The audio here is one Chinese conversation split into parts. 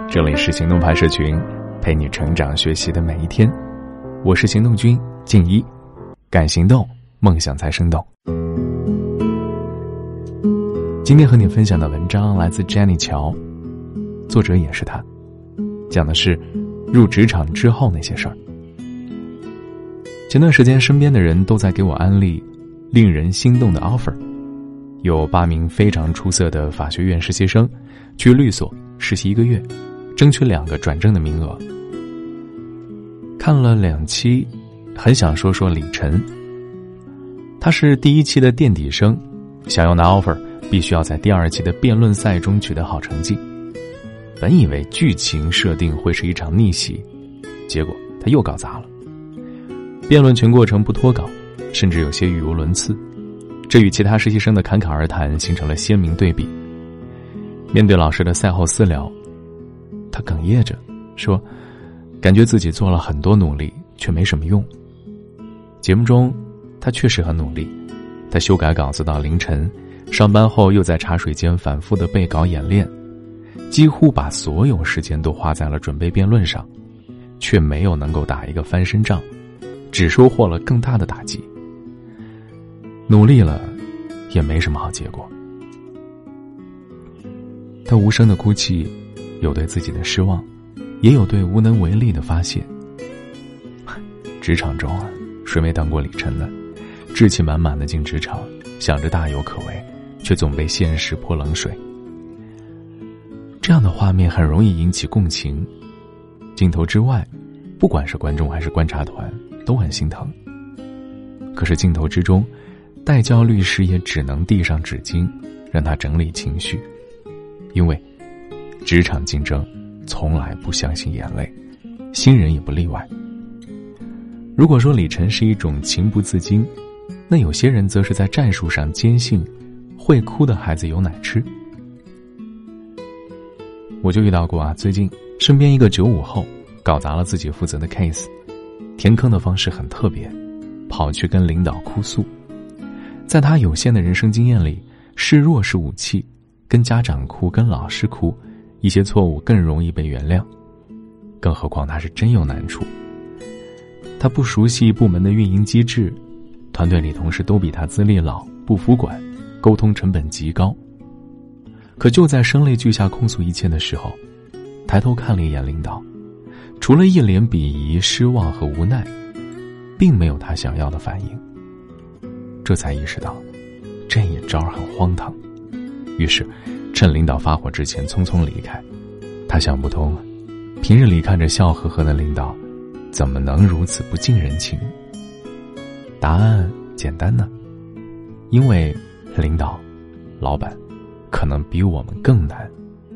这里是行动派社群，陪你成长学习的每一天。我是行动君静一，敢行动，梦想才生动。今天和你分享的文章来自 Jenny 乔，作者也是他，讲的是入职场之后那些事儿。前段时间身边的人都在给我安利令人心动的 offer， 有8名非常出色的法学院实习生去律所实习1个月，争取2个转正的名额。看了2期，很想说说李晨。他是第1期的垫底生，想要拿 offer必须要在第2期的辩论赛中取得好成绩。本以为剧情设定会是一场逆袭，结果他又搞砸了。辩论全过程不脱稿，甚至有些语无伦次，这与其他实习生的侃侃而谈形成了鲜明对比。面对老师的赛后私聊，他哽咽着说，感觉自己做了很多努力，却没什么用。节目中他确实很努力，他修改稿子到凌晨，上班后又在茶水间反复的背稿演练，几乎把所有时间都花在了准备辩论上，却没有能够打一个翻身仗，只收获了更大的打击。努力了也没什么好结果。他无声的哭泣，有对自己的失望，也有对无能为力的发泄。职场中啊，谁没当过李晨呢？志气满满的进职场，想着大有可为，却总被现实泼冷水。这样的画面很容易引起共情，镜头之外，不管是观众还是观察团都很心疼。可是镜头之中，代教律师也只能递上纸巾，让他整理情绪。因为职场竞争从来不相信眼泪，新人也不例外。如果说李晨是一种情不自禁，那有些人则是在战术上坚信会哭的孩子有奶吃。我就遇到过最近身边一个95后搞砸了自己负责的 case， 填坑的方式很特别，跑去跟领导哭诉。在他有限的人生经验里，示弱是武器，跟家长哭，跟老师哭，一些错误更容易被原谅。更何况他是真有难处，他不熟悉部门的运营机制，团队里同事都比他资历老，不服管，沟通成本极高。可就在声泪俱下控诉一切的时候，抬头看了一眼领导，除了一脸鄙夷、失望和无奈，并没有他想要的反应。这才意识到这一招很荒唐，于是趁领导发火之前匆匆离开。他想不通，平日里看着笑呵呵的领导，怎么能如此不近人情？答案简单呢，因为领导、老板可能比我们更难。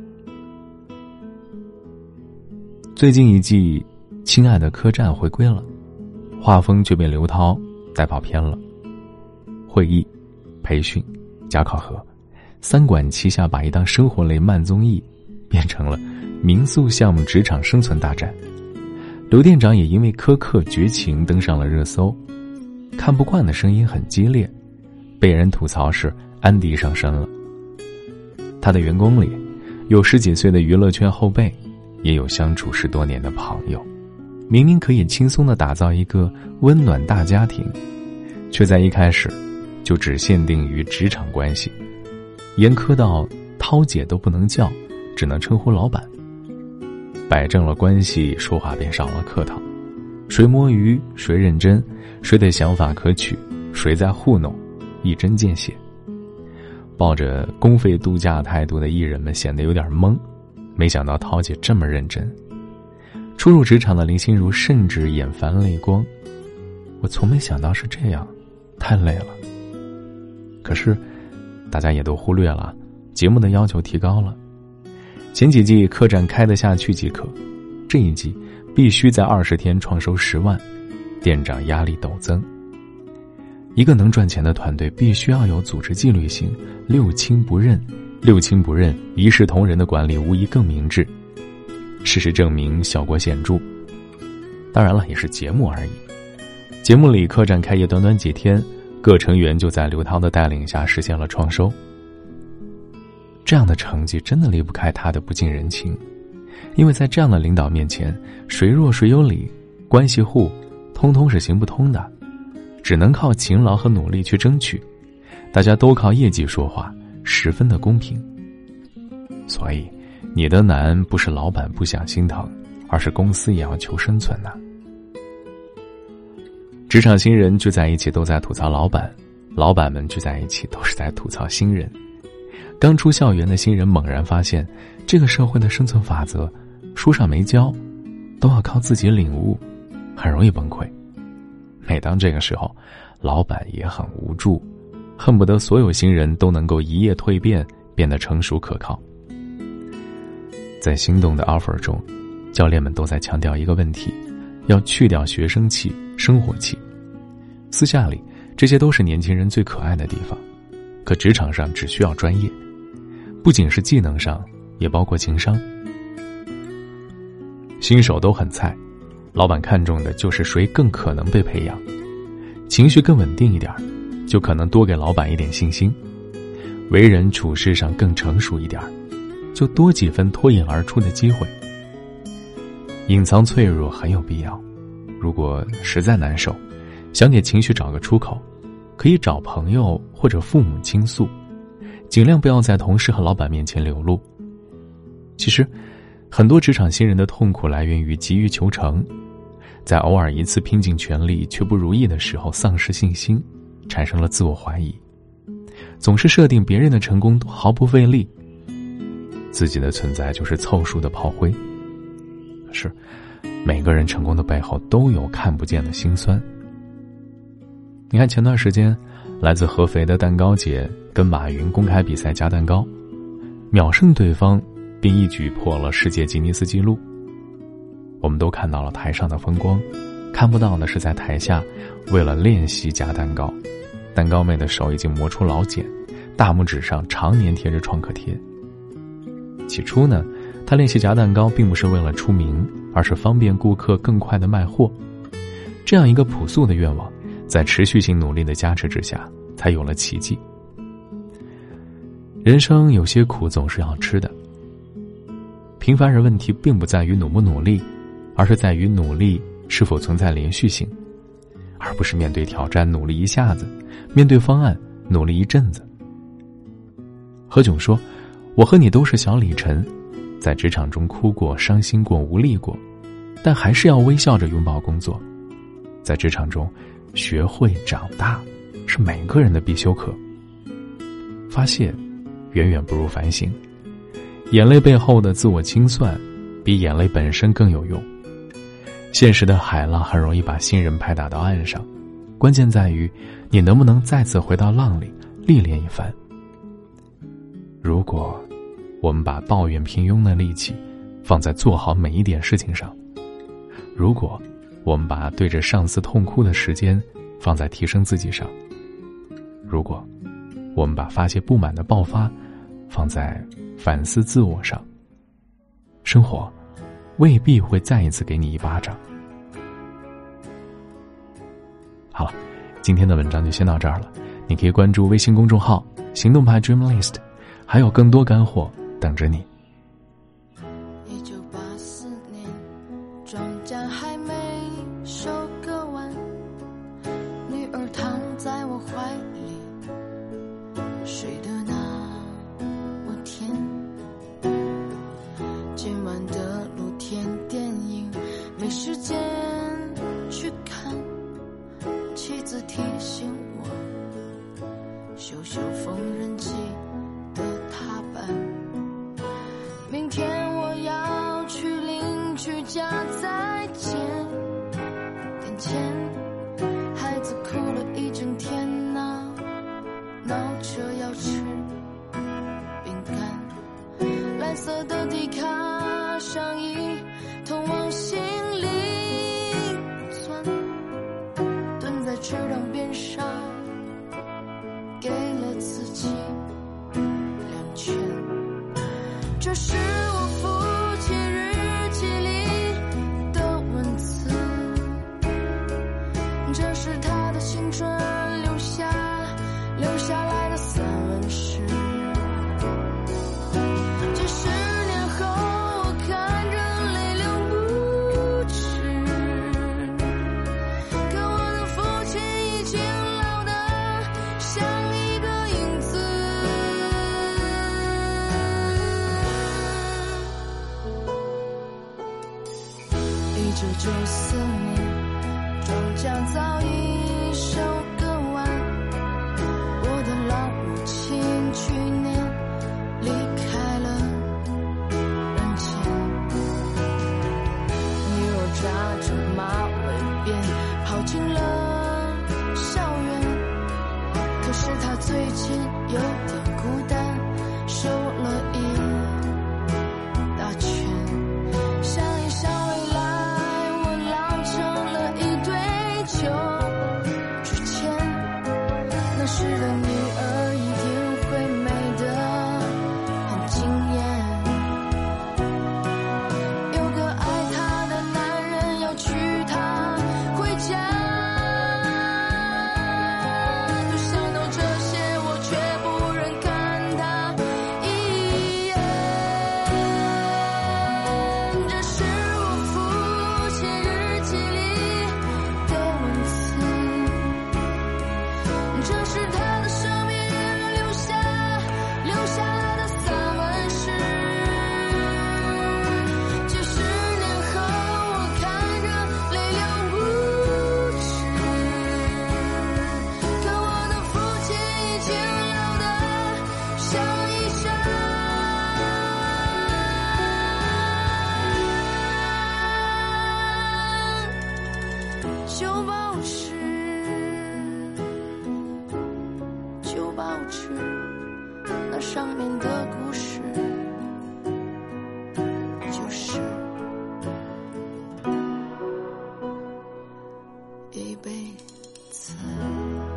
最近一季《亲爱的客栈》回归了，画风却被刘涛带跑偏了。会议、培训、加考核，3管齐下，把一档生活类慢综艺变成了民宿项目职场生存大战。刘店长也因为苛刻绝情登上了热搜，看不惯的声音很激烈，被人吐槽是安迪上身了。他的员工里有10几岁的娱乐圈后辈，也有相处10多年的朋友，明明可以轻松地打造一个温暖大家庭，却在一开始就只限定于职场关系，严苛到涛姐都不能叫，只能称呼老板。摆正了关系，说话便少了客套，谁摸鱼谁认真，谁的想法可取，谁在糊弄，一针见血。抱着公费度假态度的艺人们显得有点懵，没想到涛姐这么认真。初入职场的林心如甚至眼泛泪光，我从没想到是这样，太累了。可是大家也都忽略了，节目的要求提高了。前几季客栈开得下去即可，这一季必须在20天创收10万，店长压力陡增。一个能赚钱的团队必须要有组织纪律性，6亲不认，一视同仁的管理无疑更明智。事实证明效果显著，当然了，也是节目而已。节目里客栈开业短短几天，各成员就在刘涛的带领下实现了创收。这样的成绩真的离不开他的不近人情， 因为在这样的领导面前，谁弱谁有理，关系户通通是行不通的，只能靠勤劳和努力去争取，大家都靠业绩说话，十分的公平。所以你的难不是老板不想心疼，而是公司也要求生存呐。职场新人聚在一起都在吐槽老板，老板们聚在一起都是在吐槽新人。刚出校园的新人猛然发现，这个社会的生存法则书上没教，都要靠自己领悟，很容易崩溃。每当这个时候，老板也很无助，恨不得所有新人都能够一夜蜕变，变得成熟可靠。在心动的 offer 中，教练们都在强调一个问题，要去掉学生气、生活气。私下里，这些都是年轻人最可爱的地方，可职场上只需要专业，不仅是技能上，也包括情商。新手都很菜，老板看重的就是谁更可能被培养，情绪更稳定一点，就可能多给老板一点信心，为人处事上更成熟一点，就多几分脱颖而出的机会。隐藏脆弱很有必要，如果实在难受，想给情绪找个出口，可以找朋友或者父母倾诉，尽量不要在同事和老板面前流露。其实很多职场新人的痛苦来源于急于求成，在偶尔一次拼尽全力却不如意的时候丧失信心，产生了自我怀疑，总是设定别人的成功都毫不费力，自己的存在就是凑数的炮灰。可是每个人成功的背后都有看不见的辛酸。你看前段时间，来自合肥的蛋糕姐跟马云公开比赛夹蛋糕，秒胜对方，并一举破了世界吉尼斯纪录。我们都看到了台上的风光，看不到的是在台下为了练习夹蛋糕，蛋糕妹的手已经磨出老茧，大拇指上常年贴着创可贴。起初呢，她练习夹蛋糕并不是为了出名，而是方便顾客更快地卖货。这样一个朴素的愿望，在持续性努力的加持之下，才有了奇迹。人生有些苦总是要吃的。平凡人问题并不在于努不努力，而是在于努力是否存在连续性，而不是面对挑战努力一下子，面对方案努力一阵子。何炅说，我和你都是小李晨，在职场中哭过、伤心过、无力过，但还是要微笑着拥抱工作。在职场中学会长大，是每个人的必修课。发泄远远不如反省，眼泪背后的自我清算比眼泪本身更有用。现实的海浪很容易把新人拍打到岸上，关键在于你能不能再次回到浪里历练一番。如果我们把抱怨平庸的力气放在做好每一点事情上，如果我们把对着上司痛哭的时间放在提升自己上，如果我们把发泄不满的爆发放在反思自我上，生活未必会再一次给你一巴掌。好了，今天的文章就先到这儿了。你可以关注微信公众号行动派 Dream List， 还有更多干货等着你。 1984年，庄稼还没收割完，女儿躺在我怀里，睡得那么甜。今晚的露天电影没时间去看，妻子提醒我修修缝纫机的踏板，明天我要去邻居家再见点钱。孩子哭了一整天呐，闹着要吃饼干，蓝色的迪卡上衣通往心里钻，蹲在池塘边上给了自己这94年，庄稼早已收割完。我的老母亲去年离开了人间。你若扎着马尾辫跑进了校园，可是他最近有点孤单，瘦了一大圈。想一想未来，我老成了一堆旧纸钱，那时的女儿一定会美得很惊艳。有个爱她的男人要娶她回家，就想到这些，我却不忍看她一眼。这是我父亲日记里的文字，这是他的生命留下来的散文诗。几十年后，我看着泪流不止，可我的父亲已经老得像一张旧报纸，旧报纸，那上面的故事就是一辈子。